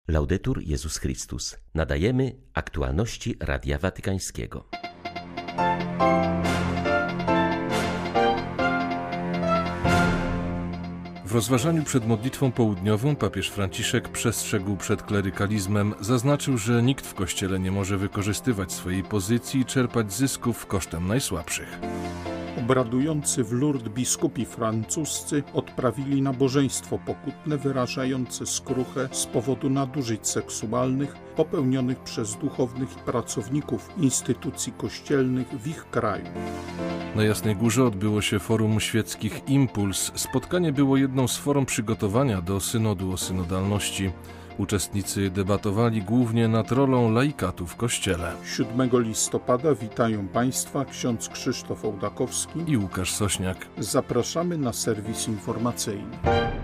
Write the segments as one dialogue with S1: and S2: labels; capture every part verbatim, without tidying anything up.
S1: Laudetur Jezus Chrystus. Nadajemy aktualności Radia Watykańskiego.
S2: W rozważaniu przed modlitwą południową papież Franciszek przestrzegł przed klerykalizmem. Zaznaczył, że nikt w Kościele nie może wykorzystywać swojej pozycji i czerpać zysków kosztem najsłabszych.
S3: Obradujący w Lourdes biskupi francuscy odprawili nabożeństwo pokutne wyrażające skruchę z powodu nadużyć seksualnych popełnionych przez duchownych i pracowników instytucji kościelnych w ich kraju.
S2: Na Jasnej Górze odbyło się Forum Świeckich Impuls. Spotkanie było jedną z form przygotowania do synodu o synodalności. Uczestnicy debatowali głównie nad rolą laikatu w Kościele.
S3: siódmego listopada witają Państwa ksiądz Krzysztof Ołdakowski
S2: i Łukasz Sośniak.
S3: Zapraszamy na serwis informacyjny.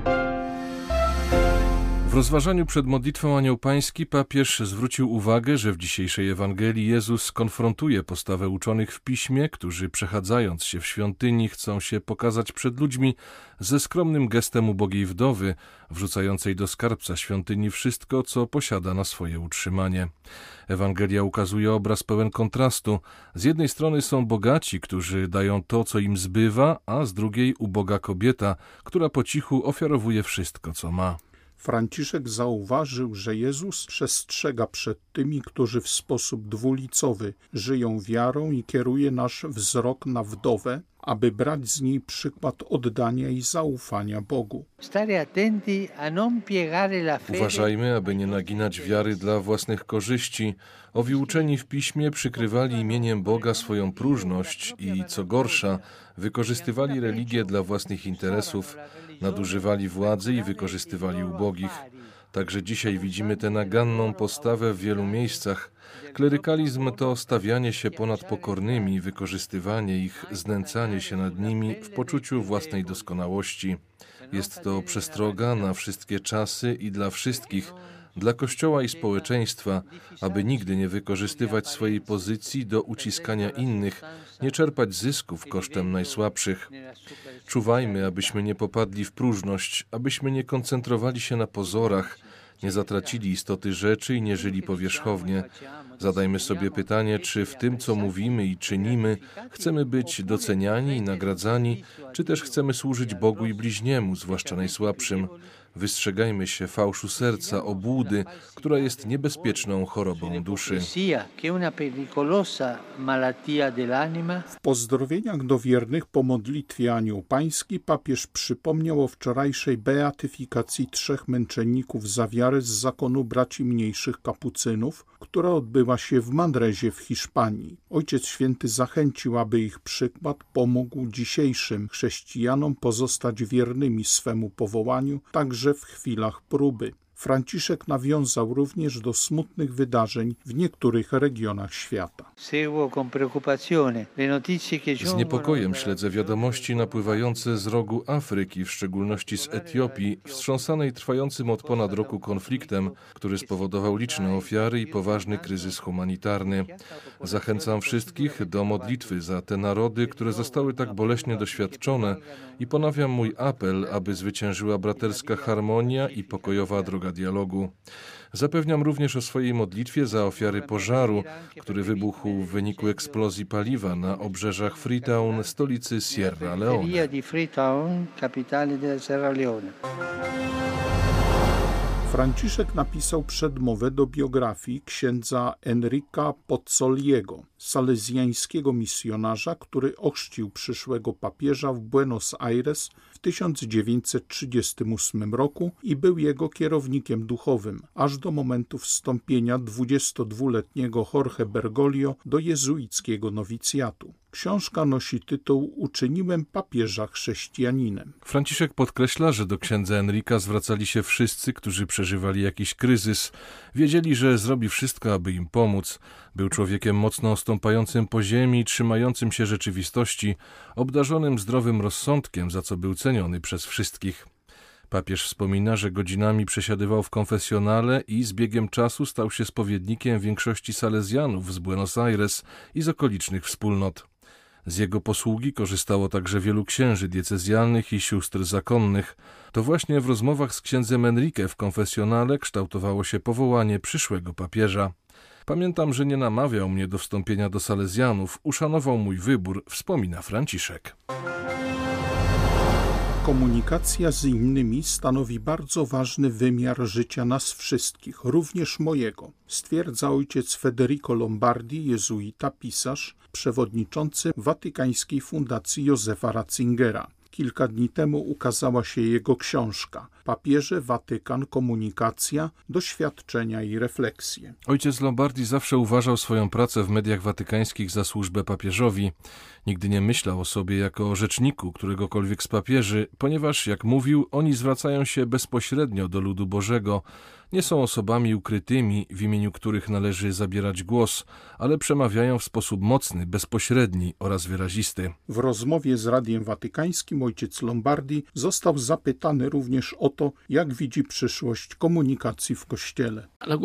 S2: W rozważaniu przed modlitwą Anioł Pański papież zwrócił uwagę, że w dzisiejszej Ewangelii Jezus konfrontuje postawę uczonych w Piśmie, którzy przechadzając się w świątyni chcą się pokazać przed ludźmi ze skromnym gestem ubogiej wdowy, wrzucającej do skarbca świątyni wszystko, co posiada na swoje utrzymanie. Ewangelia ukazuje obraz pełen kontrastu. Z jednej strony są bogaci, którzy dają to, co im zbywa, a z drugiej uboga kobieta, która po cichu ofiarowuje wszystko, co ma.
S3: Franciszek zauważył, że Jezus przestrzega przed tymi, którzy w sposób dwulicowy żyją wiarą i kieruje nasz wzrok na wdowę, aby brać z niej przykład oddania i zaufania Bogu.
S2: Uważajmy, aby nie naginać wiary dla własnych korzyści. Owi uczeni w Piśmie przykrywali imieniem Boga swoją próżność i, co gorsza, wykorzystywali religię dla własnych interesów, nadużywali władzy i wykorzystywali ubogich. Także dzisiaj widzimy tę naganną postawę w wielu miejscach. Klerykalizm to stawianie się ponad pokornymi, wykorzystywanie ich, znęcanie się nad nimi w poczuciu własnej doskonałości. Jest to przestroga na wszystkie czasy i dla wszystkich, dla Kościoła i społeczeństwa, aby nigdy nie wykorzystywać swojej pozycji do uciskania innych, nie czerpać zysków kosztem najsłabszych. Czuwajmy, abyśmy nie popadli w próżność, abyśmy nie koncentrowali się na pozorach, nie zatracili istoty rzeczy i nie żyli powierzchownie. Zadajmy sobie pytanie, czy w tym, co mówimy i czynimy, chcemy być doceniani i nagradzani, czy też chcemy służyć Bogu i bliźniemu, zwłaszcza najsłabszym. Wystrzegajmy się fałszu serca, obłudy, która jest niebezpieczną chorobą duszy.
S3: W pozdrowieniach do wiernych po modlitwie Anioł Pański papież przypomniał o wczorajszej beatyfikacji trzech męczenników za wiarę z zakonu braci mniejszych kapucynów, która odbyła się w Manrezie w Hiszpanii. Ojciec Święty zachęcił, aby ich przykład pomógł dzisiejszym chrześcijanom pozostać wiernymi swemu powołaniu, także w chwilach próby. Franciszek nawiązał również do smutnych wydarzeń w niektórych regionach świata.
S2: Z niepokojem śledzę wiadomości napływające z rogu Afryki, w szczególności z Etiopii, wstrząsanej trwającym od ponad roku konfliktem, który spowodował liczne ofiary i poważny kryzys humanitarny. Zachęcam wszystkich do modlitwy za te narody, które zostały tak boleśnie doświadczone, i ponawiam mój apel, aby zwyciężyła braterska harmonia i pokojowa droga dialogu. Zapewniam również o swojej modlitwie za ofiary pożaru, który wybuchł w wyniku eksplozji paliwa na obrzeżach Freetown, stolicy Sierra Leone.
S3: Franciszek napisał przedmowę do biografii księdza Enrica Pozzoliego, salezjańskiego misjonarza, który ochrzcił przyszłego papieża w Buenos Aires w tysiąc dziewięćset trzydziestym ósmym roku i był jego kierownikiem duchowym, aż do momentu wstąpienia dwudziestodwuletniego Jorge Bergoglio do jezuickiego nowicjatu. Książka nosi tytuł „Uczyniłem papieża chrześcijaninem”.
S2: Franciszek podkreśla, że do księdza Enrika zwracali się wszyscy, którzy przeżywali jakiś kryzys. Wiedzieli, że zrobi wszystko, aby im pomóc. Był człowiekiem mocno stąpającym po ziemi, trzymającym się rzeczywistości, obdarzonym zdrowym rozsądkiem, za co był ceniony przez wszystkich. Papież wspomina, że godzinami przesiadywał w konfesjonale i z biegiem czasu stał się spowiednikiem większości salezjanów z Buenos Aires i z okolicznych wspólnot. Z jego posługi korzystało także wielu księży diecezjalnych i sióstr zakonnych. To właśnie w rozmowach z księdzem Enrique w konfesjonale kształtowało się powołanie przyszłego papieża. Pamiętam, że nie namawiał mnie do wstąpienia do salezjanów, uszanował mój wybór, wspomina Franciszek.
S3: Komunikacja z innymi stanowi bardzo ważny wymiar życia nas wszystkich, również mojego, stwierdza ojciec Federico Lombardi, jezuita, pisarz, przewodniczący Watykańskiej Fundacji Józefa Ratzingera. Kilka dni temu ukazała się jego książka Papieże, Watykan, komunikacja, doświadczenia i refleksje.
S2: Ojciec Lombardi zawsze uważał swoją pracę w mediach watykańskich za służbę papieżowi. Nigdy nie myślał o sobie jako o rzeczniku któregokolwiek z papieży, ponieważ, jak mówił, oni zwracają się bezpośrednio do ludu Bożego. Nie są osobami ukrytymi, w imieniu których należy zabierać głos, ale przemawiają w sposób mocny, bezpośredni oraz wyrazisty.
S3: W rozmowie z Radiem Watykańskim ojciec Lombardi został zapytany również o to, jak widzi przyszłość komunikacji w Kościele.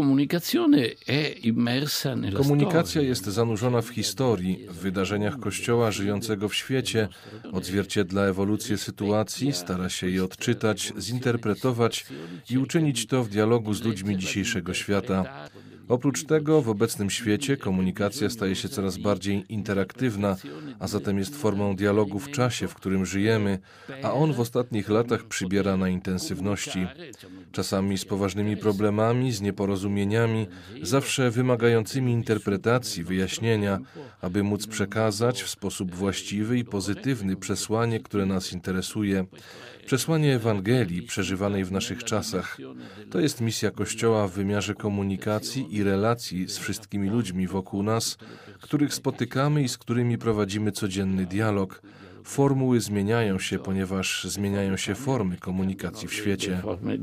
S2: Komunikacja jest zanurzona w historii, w wydarzeniach Kościoła żyjącego w świecie, odzwierciedla ewolucję sytuacji, stara się je odczytać, zinterpretować i uczynić to w dialogu z ludźmi dzisiejszego świata. Oprócz tego w obecnym świecie komunikacja staje się coraz bardziej interaktywna, a zatem jest formą dialogu w czasie, w którym żyjemy, a on w ostatnich latach przybiera na intensywności. Czasami z poważnymi problemami, z nieporozumieniami, zawsze wymagającymi interpretacji, wyjaśnienia, aby móc przekazać w sposób właściwy i pozytywny przesłanie, które nas interesuje. Przesłanie Ewangelii przeżywanej w naszych czasach. To jest misja Kościoła w wymiarze komunikacji i relacji z wszystkimi ludźmi wokół nas, których spotykamy i z którymi prowadzimy codzienny dialog. Formuły zmieniają się, ponieważ zmieniają się formy komunikacji w świecie.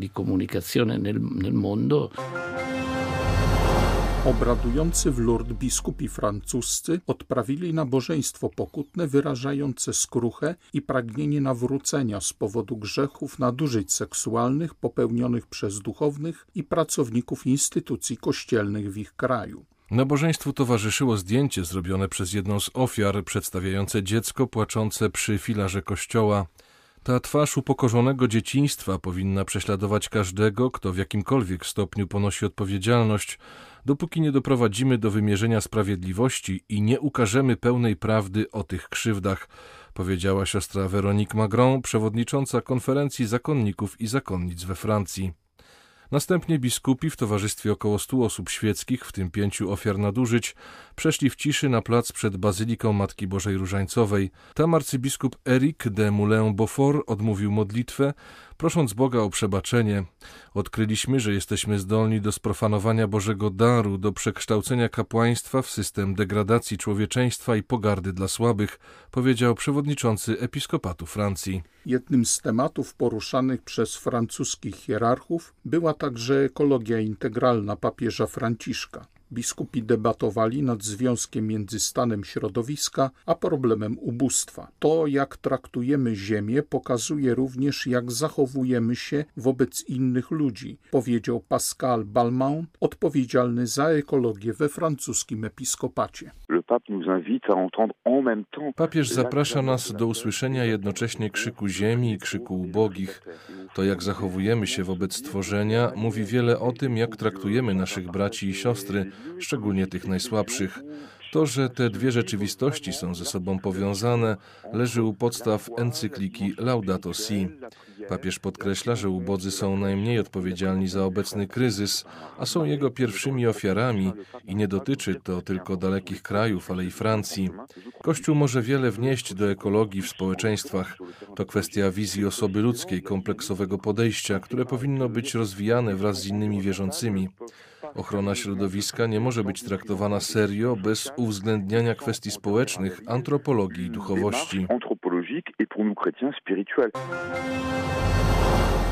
S3: Obradujący w Lourdes biskupi francuscy odprawili nabożeństwo pokutne wyrażające skruchę i pragnienie nawrócenia z powodu grzechów nadużyć seksualnych popełnionych przez duchownych i pracowników instytucji kościelnych w ich kraju.
S2: Nabożeństwu towarzyszyło zdjęcie zrobione przez jedną z ofiar, przedstawiające dziecko płaczące przy filarze kościoła. Ta twarz upokorzonego dzieciństwa powinna prześladować każdego, kto w jakimkolwiek stopniu ponosi odpowiedzialność, dopóki nie doprowadzimy do wymierzenia sprawiedliwości i nie ukażemy pełnej prawdy o tych krzywdach, powiedziała siostra Véronique Magron, przewodnicząca konferencji zakonników i zakonnic we Francji. Następnie biskupi w towarzystwie około stu osób świeckich, w tym pięciu ofiar nadużyć, przeszli w ciszy na plac przed Bazyliką Matki Bożej Różańcowej. Tam arcybiskup Éric de Moulin-Beaufort odmówił modlitwę, prosząc Boga o przebaczenie. Odkryliśmy, że jesteśmy zdolni do sprofanowania Bożego daru, do przekształcenia kapłaństwa w system degradacji człowieczeństwa i pogardy dla słabych, powiedział przewodniczący Episkopatu Francji.
S3: Jednym z tematów poruszanych przez francuskich hierarchów była także ekologia integralna papieża Franciszka. Biskupi debatowali nad związkiem między stanem środowiska a problemem ubóstwa. To, jak traktujemy ziemię, pokazuje również, jak zachowujemy się wobec innych ludzi, powiedział Pascal Balmont, odpowiedzialny za ekologię we francuskim episkopacie.
S2: Papież zaprasza nas do usłyszenia jednocześnie krzyku ziemi i krzyku ubogich. To, jak zachowujemy się wobec stworzenia, mówi wiele o tym, jak traktujemy naszych braci i siostry, szczególnie tych najsłabszych. To, że te dwie rzeczywistości są ze sobą powiązane, leży u podstaw encykliki Laudato Si. Papież podkreśla, że ubodzy są najmniej odpowiedzialni za obecny kryzys, a są jego pierwszymi ofiarami i nie dotyczy to tylko dalekich krajów, ale i Francji. Kościół może wiele wnieść do ekologii w społeczeństwach. To kwestia wizji osoby ludzkiej, kompleksowego podejścia, które powinno być rozwijane wraz z innymi wierzącymi. Ochrona środowiska nie może być traktowana serio bez uwzględniania kwestii społecznych, antropologii i duchowości.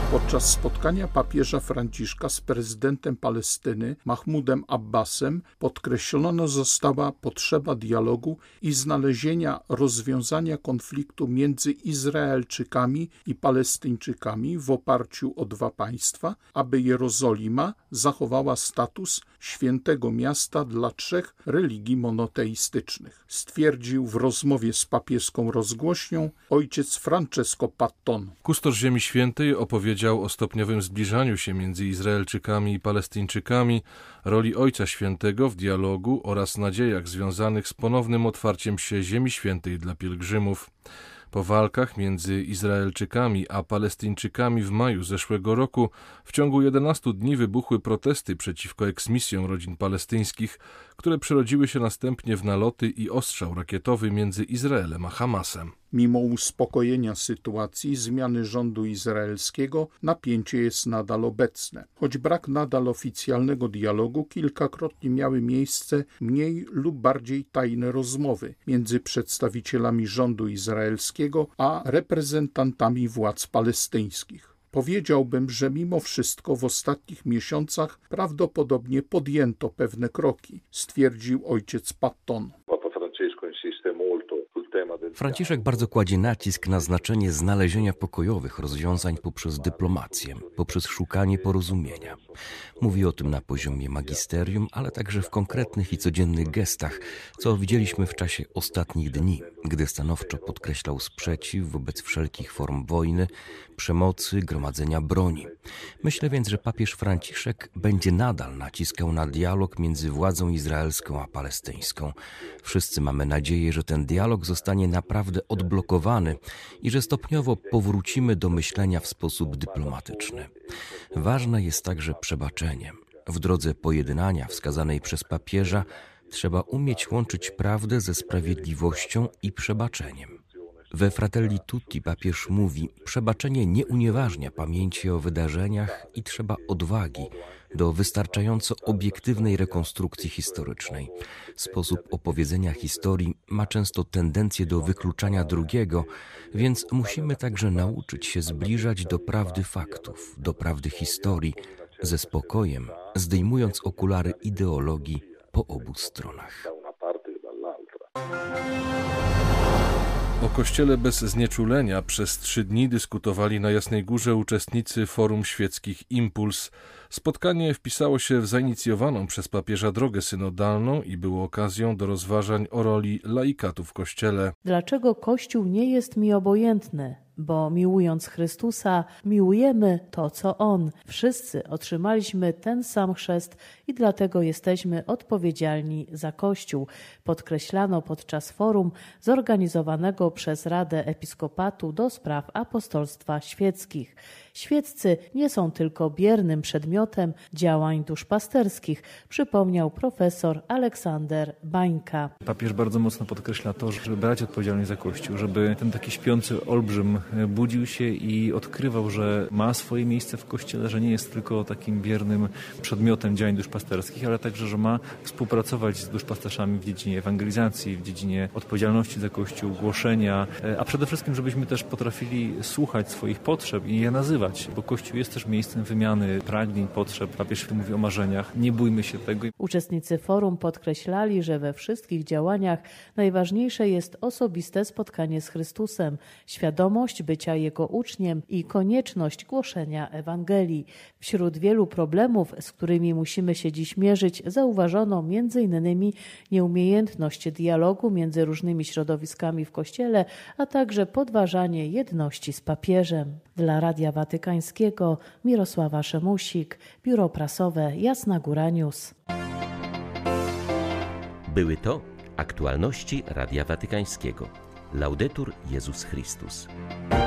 S3: Podczas spotkania papieża Franciszka z prezydentem Palestyny Mahmudem Abbasem podkreślona została potrzeba dialogu i znalezienia rozwiązania konfliktu między Izraelczykami i Palestyńczykami w oparciu o dwa państwa, aby Jerozolima zachowała status świętego miasta dla trzech religii monoteistycznych, stwierdził w rozmowie z papieską rozgłośnią ojciec Francesco Patton.
S2: Kustosz Ziemi Świętej opowiedział o stopniowym zbliżaniu się między Izraelczykami i Palestyńczykami, roli Ojca Świętego w dialogu oraz nadziejach związanych z ponownym otwarciem się Ziemi Świętej dla pielgrzymów. Po walkach między Izraelczykami a Palestyńczykami w maju zeszłego roku w ciągu jedenastu dni wybuchły protesty przeciwko eksmisjom rodzin palestyńskich, które przerodziły się następnie w naloty i ostrzał rakietowy między Izraelem a Hamasem.
S3: Mimo uspokojenia sytuacji, zmiany rządu izraelskiego, napięcie jest nadal obecne. Choć brak nadal oficjalnego dialogu, kilkakrotnie miały miejsce mniej lub bardziej tajne rozmowy między przedstawicielami rządu izraelskiego a reprezentantami władz palestyńskich. Powiedziałbym, że mimo wszystko w ostatnich miesiącach prawdopodobnie podjęto pewne kroki, stwierdził ojciec Patton.
S4: Franciszek bardzo kładzie nacisk na znaczenie znalezienia pokojowych rozwiązań poprzez dyplomację, poprzez szukanie porozumienia. Mówi o tym na poziomie magisterium, ale także w konkretnych i codziennych gestach, co widzieliśmy w czasie ostatnich dni, gdy stanowczo podkreślał sprzeciw wobec wszelkich form wojny, przemocy, gromadzenia broni. Myślę więc, że papież Franciszek będzie nadal naciskał na dialog między władzą izraelską a palestyńską. Wszyscy mamy nadzieję, że ten dialog zostanie naprawdę odblokowany i że stopniowo powrócimy do myślenia w sposób dyplomatyczny. Ważne jest także przebaczenie. W drodze pojednania wskazanej przez papieża trzeba umieć łączyć prawdę ze sprawiedliwością i przebaczeniem. We Fratelli Tutti papież mówi, przebaczenie nie unieważnia pamięci o wydarzeniach i trzeba odwagi do wystarczająco obiektywnej rekonstrukcji historycznej. Sposób opowiedzenia historii ma często tendencję do wykluczania drugiego, więc musimy także nauczyć się zbliżać do prawdy faktów, do prawdy historii, ze spokojem, zdejmując okulary ideologii po obu stronach.
S2: O Kościele bez znieczulenia przez trzy dni dyskutowali na Jasnej Górze uczestnicy Forum Świeckich Impuls. Spotkanie wpisało się w zainicjowaną przez papieża drogę synodalną i było okazją do rozważań o roli laikatu w Kościele.
S5: Dlaczego Kościół nie jest mi obojętny? Bo miłując Chrystusa, miłujemy to, co On. Wszyscy otrzymaliśmy ten sam chrzest i dlatego jesteśmy odpowiedzialni za Kościół. Podkreślano podczas forum zorganizowanego przez Radę Episkopatu do spraw apostolstwa świeckich. Świeccy nie są tylko biernym przedmiotem działań duszpasterskich, przypomniał profesor Aleksander Bańka.
S6: Papież bardzo mocno podkreśla to, żeby brać odpowiedzialność za Kościół, żeby ten taki śpiący olbrzym budził się i odkrywał, że ma swoje miejsce w Kościele, że nie jest tylko takim biernym przedmiotem działań duszpasterskich, ale także, że ma współpracować z duszpasterzami w dziedzinie ewangelizacji, w dziedzinie odpowiedzialności za Kościół, głoszenia, a przede wszystkim, żebyśmy też potrafili słuchać swoich potrzeb i je nazywać, bo Kościół jest też miejscem wymiany pragnień, potrzeb. Papież mówi o marzeniach. Nie bójmy się tego.
S5: Uczestnicy forum podkreślali, że we wszystkich działaniach najważniejsze jest osobiste spotkanie z Chrystusem, świadomość bycia Jego uczniem i konieczność głoszenia Ewangelii. Wśród wielu problemów, z którymi musimy się dziś mierzyć, zauważono między innymi nieumiejętność dialogu między różnymi środowiskami w Kościele, a także podważanie jedności z papieżem. Dla Radia Watykańskiego Mirosława Szemusik, Biuro Prasowe Jasna Góra News.
S1: Były to aktualności Radia Watykańskiego. Laudetur Jezus Chrystus.